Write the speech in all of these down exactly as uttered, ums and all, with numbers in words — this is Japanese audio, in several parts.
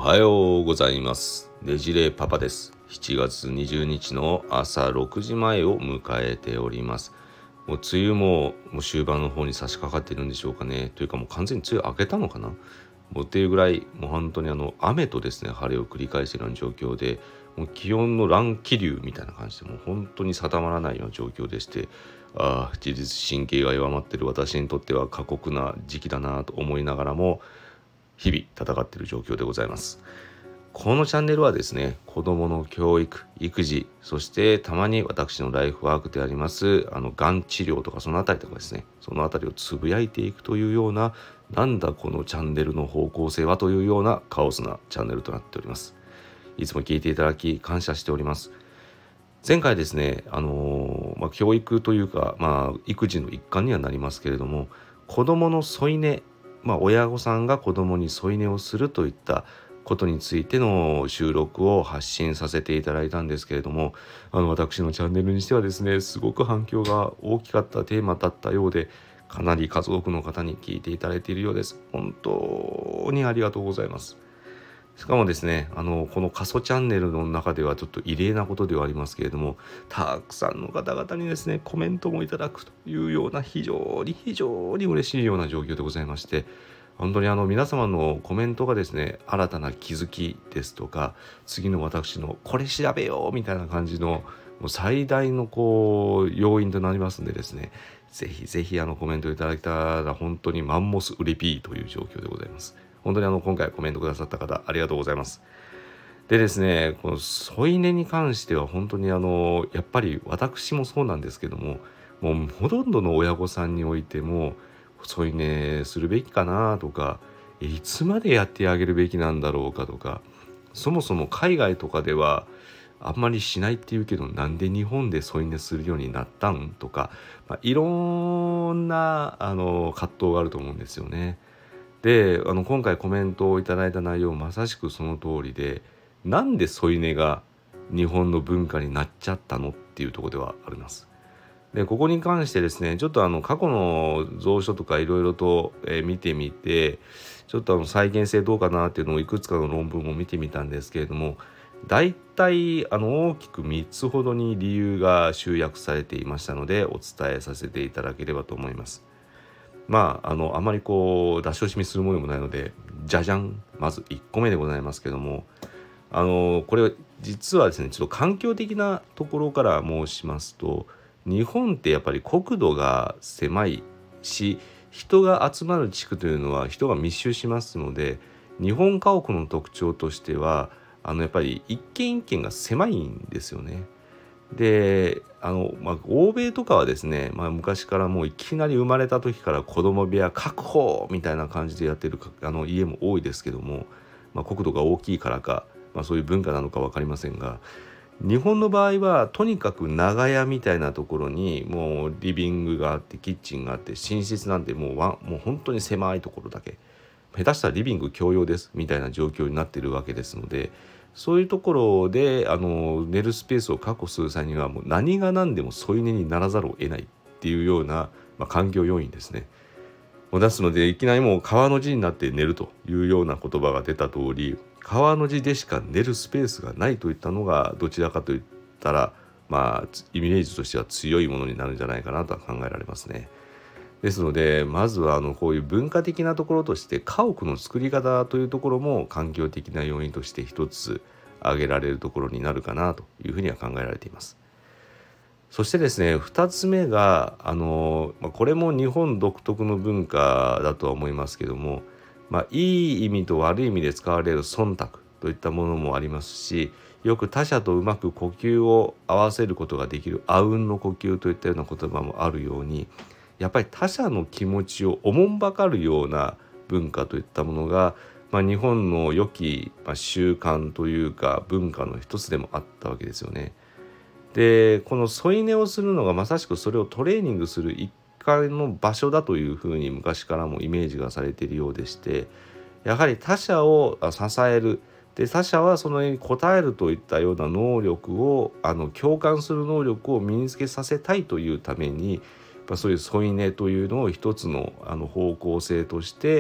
はようございます。ねじれパパです。しちがつにじゅうにちの朝ろくじまえを迎えております。もう梅雨ももう終盤の方に差し掛かっているんでしょうかね。というかもう完全に梅雨明けたのかな。もうっていうぐらいもう本当にあの雨とですね晴れを繰り返しているような状況で、もう気温の乱気流みたいな感じでもう本当に定まらないような状況でして、ああ自律神経が弱まっている私にとっては過酷な時期だなと思いながらも日々戦っている状況でございます。このチャンネルはですね、子どもの教育、育児、そしてたまに私のライフワークでありますあのがん治療とかそのあたりとかですね、そのあたりをつぶやいていくというような、なんだこのチャンネルの方向性はというようなカオスなチャンネルとなっております。いつも聞いていただき感謝しております。前回ですね、あのーまあ、教育というか、まあ、育児の一環にはなりますけれども、子どもの添い寝、まあ、親御さんが子どもに添い寝をするといったことについての収録を発信させていただいたんですけれども、あの私のチャンネルにしてはですね、すごく反響が大きかったテーマだったようで、かなり数多くの方に聞いていただいているようです。本当にありがとうございます。しかもですね、あのこの過疎チャンネルの中ではちょっと異例なことではありますけれども、たくさんの方々にですねコメントもいただくというような非常に非常に嬉しいような状況でございまして、本当にあの皆様のコメントがですね、新たな気づきですとか、次の私のこれ調べようみたいな感じのもう最大のこう要因となりますんでですね、ぜひぜひあのコメントいただけたら本当にマンモスウリピーという状況でございます。本当にあの今回コメントくださった方ありがとうございます。でですね、この添い寝に関しては本当にあのやっぱり私もそうなんですけども、もうほとんどの親御さんにおいても添い寝するべきかなとか、いつまでやってあげるべきなんだろうかとか、そもそも海外とかではあんまりしないっていうけど、なんで日本で添い寝するようになったんとか、まあ、いろんなあの葛藤があると思うんですよね。で、あの今回コメントをいただいた内容まさしくその通りで、なんで添い寝が日本の文化になっちゃったのっていうところではあります。で、ここに関してですね、ちょっとあの過去の蔵書とかいろいろと、えー見てみて、ちょっとあの再現性どうかなっていうのをいくつかの論文を見てみたんですけれども、だいたいあの大きくみっつほどに理由が集約されていましたので、お伝えさせていただければと思います。まあ、あのあまりこう出し惜しみするものでもないので、じゃじゃん、まずいっこめでございますけども、あのこれ実はですね、ちょっと環境的なところから申しますと、日本ってやっぱり国土が狭いし、人が集まる地区というのは人が密集しますので、日本家屋の特徴としてはあのやっぱり一軒一軒が狭いんですよね。で、あの、まあ、欧米とかはですね、まあ、昔からもういきなり生まれた時から子供部屋確保みたいな感じでやってるかあの家も多いですけども、まあ、国土が大きいからか、まあ、そういう文化なのか分かりませんが、日本の場合はとにかく長屋みたいなところにもうリビングがあってキッチンがあって、寝室なんてもうワンもう本当に狭いところだけ、下手したらリビング共用ですみたいな状況になっているわけですので、そういうところであの寝るスペースを確保する際にはもう何が何でも添い寝にならざるを得ないっていうような、まあ、環境要因ですね。もう出すので、いきなりもう川の字になって寝るというような言葉が出た通り、川の字でしか寝るスペースがないといったのがどちらかといったら、まあイメージとしては強いものになるんじゃないかなとは考えられますね。ですので、まずはあのこういう文化的なところとして家屋の作り方というところも環境的な要因として一つ挙げられるところになるかなというふうには考えられています。そしてですね、ふたつめがあの、まあ、これも日本独特の文化だとは思いますけども、まあ、いい意味と悪い意味で使われる忖度といったものもありますし、よく他者とうまく呼吸を合わせることができる阿吽の呼吸といったような言葉もあるように、やっぱり他者の気持ちをおもんばかるような文化といったものが、まあ、日本の良き、まあ、習慣というか文化の一つでもあったわけですよね。で、この添い寝をするのがまさしくそれをトレーニングする一環の場所だというふうに昔からもイメージがされているようでして、やはり他者を支える、で他者はその絵に応えるといったような能力をあの共感する能力を身につけさせたいというために、まあ、そういう添い寝というのを一つの、あの方向性として、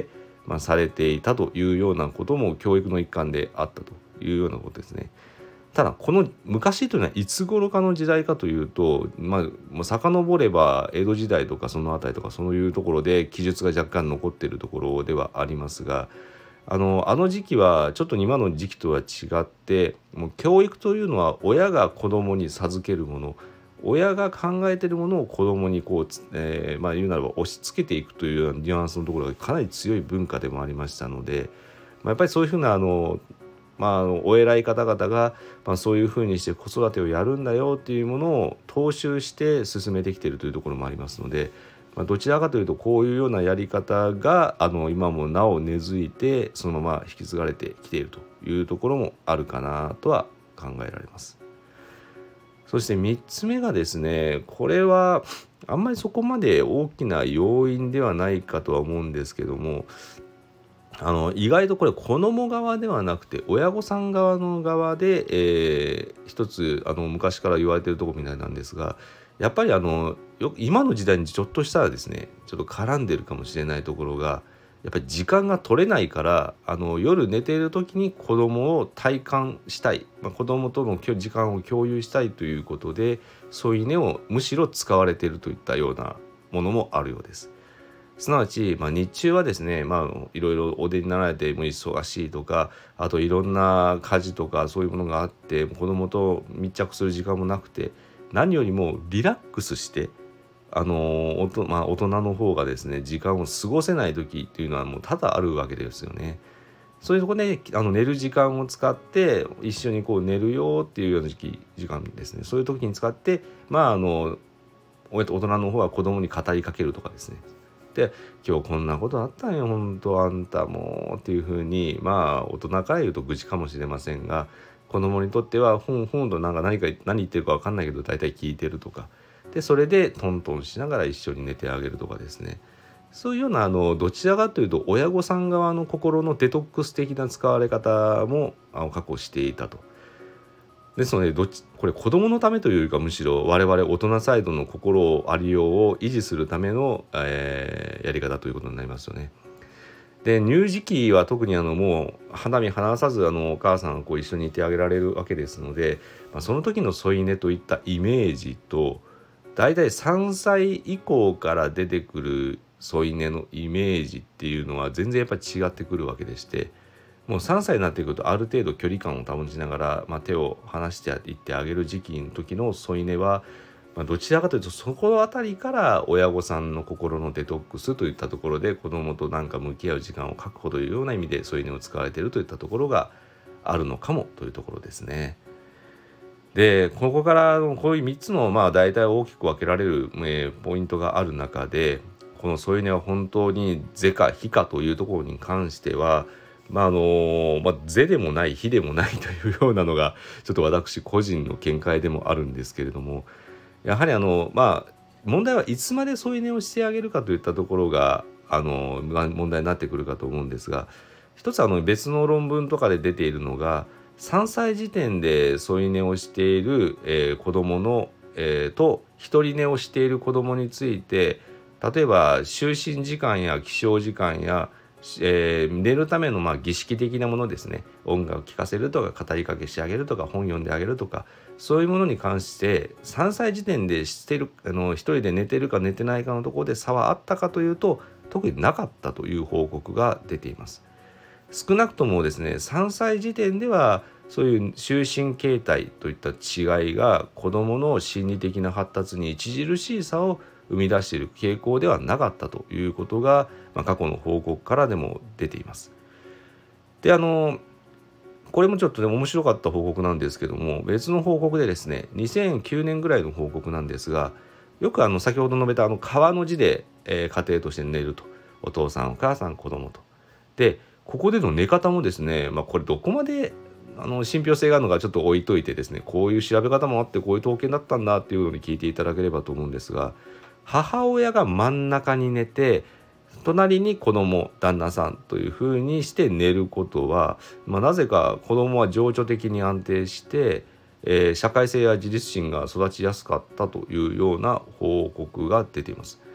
まあ、されていたというようなことも教育の一環であったというようなことですね。ただこの昔というのはいつ頃かの時代かというと、まあ、もう遡れば江戸時代とかその辺りとかそういうところで記述が若干残っているところではありますが、あのあの時期はちょっと今の時期とは違って、もう教育というのは親が子供に授けるもの、親が考えているものを子供にこう、えーまあ、言うならば押し付けていくというようなニュアンスのところがかなり強い文化でもありましたので、まあ、やっぱりそういうふうなあのまあ、あのお偉い方々が、まあ、そういうふうにして子育てをやるんだよっていうものを踏襲して進めてきているというところもありますので、まあ、どちらかというとこういうようなやり方があの今もなお根付いてそのまま引き継がれてきているというところもあるかなとは考えられます。そしてみっつめがですね、これはあんまりそこまで大きな要因ではないかとは思うんですけども、あの意外とこれ子供側ではなくて親御さん側の側で、えー一つあの昔から言われているところみたいなんですが、やっぱりあのよ今の時代にちょっとしたらですね、ちょっと絡んでるかもしれないところが、やっぱり時間が取れないから、あの夜寝ている時に子供を体感したい、まあ、子供との時間を共有したいということで添い寝をむしろ使われているといったようなものもあるようです。すなわち、まあ、日中はですね、まあ、いろいろお出になられても忙しいとか、あといろんな家事とかそういうものがあって子供と密着する時間もなくて、何よりもリラックスしてあのおと、まあ、大人の方がですね時間を過ごせない時っていうのはもう多々あるわけですよね。そういうところであの寝る時間を使って一緒にこう寝るよっていうような時期時間ですね、そういう時に使ってまああの大人の方は子供に語りかけるとかですね、で今日こんなことあったんよ本当あんたもっていうふうに、まあ大人から言うと愚痴かもしれませんが、子供にとってはほんほんとなんか何か何言ってるか分かんないけど大体聞いてるとかで、それでトントンしながら一緒に寝てあげるとかですね、そういうようなあのどちらかというと親御さん側の心のデトックス的な使われ方もあの確保していたと。ですのでどっちこれ子どものためというよりかむしろ我々大人サイドの心をありようを維持するための、えーやり方ということになりますよね。で乳児期は特にあのもう肌身離さずあのお母さんがこう一緒にいてあげられるわけですので、まあ、その時の添い寝といったイメージとだいたいさんさい以降から出てくる添い寝のイメージっていうのは全然やっぱり違ってくるわけでして、もうさんさいになってくるとある程度距離感を保ちながら、まあ、手を離していってあげる時期の時の添い寝は、まあ、どちらかというとそこあたりから親御さんの心のデトックスといったところで子どもとなんか向き合う時間を確保というような意味で添い寝を使われているといったところがあるのかもというところですね。でここからこういうみっつのまあ大体大きく分けられる、えーポイントがある中で、この添い寝は本当に是か非かというところに関してはまああのまあ、是でもない非でもないというようなのがちょっと私個人の見解でもあるんですけれども、やはりあのまあ問題はいつまで添い寝をしてあげるかといったところがあの問題になってくるかと思うんですが、一つあの別の論文とかで出ているのがさんさい時点で添い寝をしている、えー、子どもの、えー、と一人寝をしている子どもについて、例えば就寝時間や起床時間やえー、寝るためのまあ儀式的なものですね、音楽を聴かせるとか語りかけしてあげるとか本読んであげるとかそういうものに関してさんさい時点でしてるあの一人で寝てるか寝てないかのところで差はあったかというと特になかったという報告が出ています。少なくともですねさんさい時点ではそういう就寝形態といった違いが子どもの心理的な発達に著しい差を生み出している傾向ではなかったということが、まあ、過去の報告からでも出ています。であのこれもちょっと、ね、面白かった報告なんですけども、別の報告でですねにせんきゅうねんぐらいの報告なんですが、よくあの先ほど述べたあの川の字で、えー、家庭として寝ると、お父さんお母さん子供とでここでの寝方もですね、まあ、これどこまであの信憑性があるのかちょっと置いといてですね、こういう調べ方もあってこういう統計だったんだっていうのに聞いていただければと思うんですが、母親が真ん中に寝て隣に子供旦那さんというふうにして寝ることは、まあ、なぜか子供は情緒的に安定して、えー、社会性や自立心が育ちやすかったというような報告が出ています。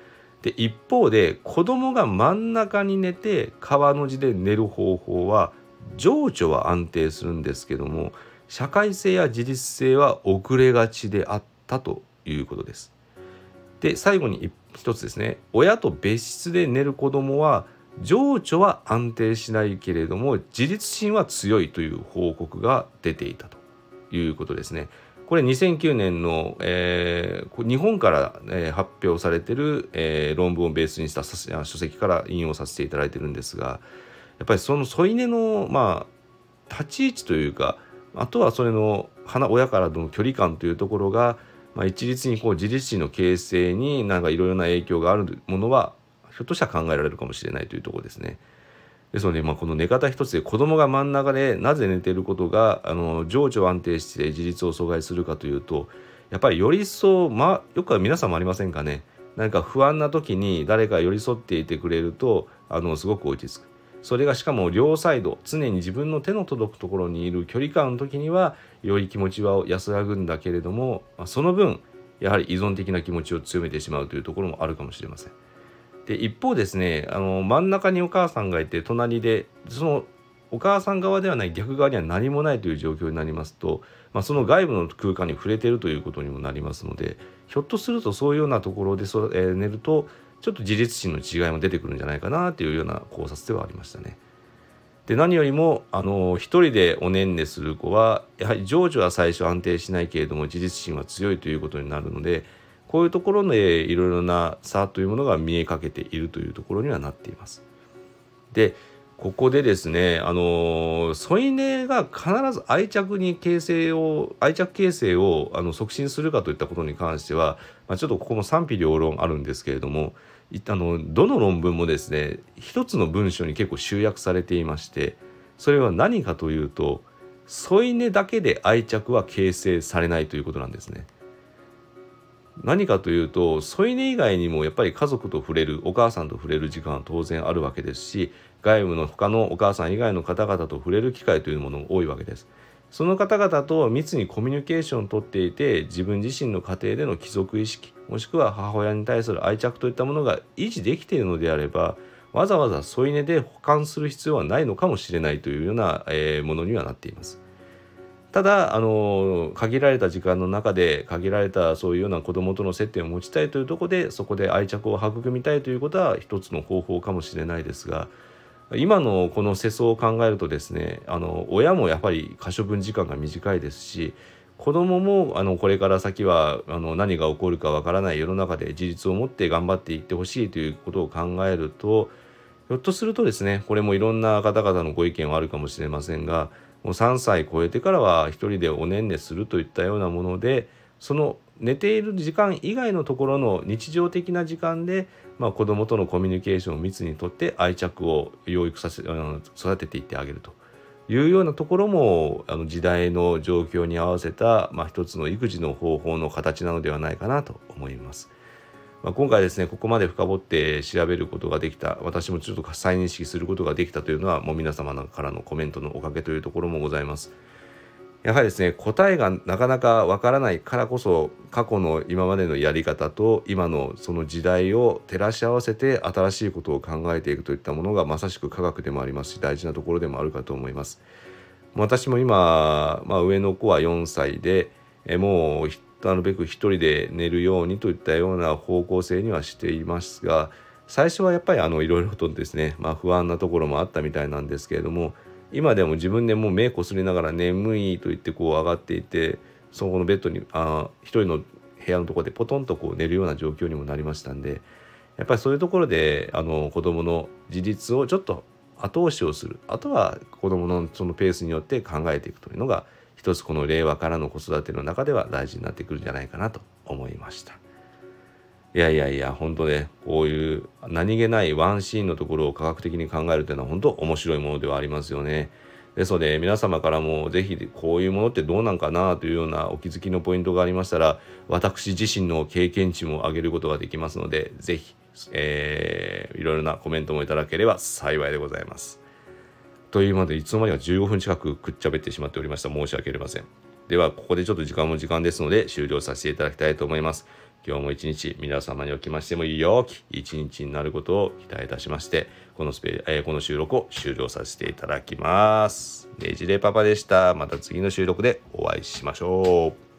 で一方で子供が真ん中に寝て川の字で寝る方法は情緒は安定するんですけども、社会性や自立性は遅れがちであったということです。で最後に一つですね、親と別室で寝る子供は情緒は安定しないけれども自立心は強いという報告が出ていたということですね。これにせんきゅうねんの、えー、日本から、えー、発表されている、えー、論文をベースにした書籍から引用させていただいているんですが、やっぱりその添い寝の、まあ、立ち位置というか、あとはそれの親からの距離感というところが、まあ、一律にこう自立心の形成になんかいろいろな影響があるものはひょっとしたら考えられるかもしれないというところですね。ですので、まあ、この寝方一つで子供が真ん中でなぜ寝ていることがあの情緒を安定して自立を阻害するかというと、やっぱりより一層、まあ、よくは皆さんもありませんかね。何か不安な時に誰か寄り添っていてくれるとあのすごく落ち着く。それがしかも両サイド常に自分の手の届くところにいる距離感の時にはより気持ちは安らぐんだけれども、その分やはり依存的な気持ちを強めてしまうというところもあるかもしれません。で一方ですね、あの真ん中にお母さんがいて隣でそのお母さん側ではない逆側には何もないという状況になりますと、まあ、その外部の空間に触れているということにもなりますので、ひょっとするとそういうようなところでそ、えー、寝るとちょっと自立心の違いも出てくるんじゃないかなというような考察ではありましたね。で何よりもあの一人でおねんねする子はやはり情緒は最初安定しないけれども自立心は強いということになるので、こういうところでいろいろな差というものが見えかけているというところにはなっています。でここでですね、あの添い寝が必ず愛着に形成を愛着形成をあの促進するかといったことに関しては、まあ、ちょっとここも賛否両論あるんですけれども、あのどの論文もですね一つの文章に結構集約されていまして、それは何かというと添い寝だけで愛着は形成されないということなんですね。何かというと添い寝以外にもやっぱり家族と触れるお母さんと触れる時間は当然あるわけですし、外部の他のお母さん以外の方々と触れる機会というものも多いわけです。その方々と密にコミュニケーションをとっていて自分自身の家庭での帰属意識もしくは母親に対する愛着といったものが維持できているのであれば、わざわざ添い寝で保管する必要はないのかもしれないというような、えー、ものにはなっています。ただあの限られた時間の中で限られたそういうような子どもとの接点を持ちたいというところでそこで愛着を育みたいということは一つの方法かもしれないですが、今のこの世相を考えるとですね、あの親もやっぱり可処分時間が短いですし、子どももあのこれから先はあの何が起こるかわからない世の中で自立を持って頑張っていってほしいということを考えると、ひょっとするとですね、これもいろんな方々のご意見はあるかもしれませんが、もうさんさい超えてからは一人でおねんねするといったようなもので、その寝ている時間以外のところの日常的な時間で、まあ、子どもとのコミュニケーションを密にとって愛着を養育させ育てていってあげるというようなところもあの時代の状況に合わせた、まあ、一つの育児の方法の形なのではないかなと思います。まあ、今回ですねここまで深掘って調べることができた、私もちょっと再認識することができたというのはもう皆様からのコメントのおかげというところもございます。やはりですね答えがなかなかわからないからこそ、過去の今までのやり方と今のその時代を照らし合わせて新しいことを考えていくといったものがまさしく科学でもありますし大事なところでもあるかと思います。私も今、まあ、上の子はよんさいでえもうなるべく一人で寝るようにといったような方向性にはしていますが、最初はやっぱりあのいろいろとですね、まあ、不安なところもあったみたいなんですけれども、今でも自分でもう目こすりながら眠いと言ってこう上がっていて、そこのベッドにあ一人の部屋のところでポトンとこう寝るような状況にもなりましたんで、やっぱりそういうところであの子どもの自立をちょっと後押しをする、あとは子どものそのペースによって考えていくというのが一つこの令和からの子育ての中では大事になってくるんじゃないかなと思いました。いやいやいや本当ね、こういう何気ないワンシーンのところを科学的に考えるというのは本当面白いものではありますよね。ですので皆様からもぜひこういうものってどうなんかなというようなお気づきのポイントがありましたら、私自身の経験値も上げることができますので、ぜひ、えー、いろいろなコメントもいただければ幸いでございます。というまでいつの間にかじゅうごふん近くくっちゃべってしまっておりました。申し訳ありません。ではここでちょっと時間も時間ですので終了させていただきたいと思います。 今日も一日皆様におきましても良き一日になることを期待いたしまして、このスペ、えー、この収録を終了させていただきます。ねじれパパでした。また次の収録でお会いしましょう。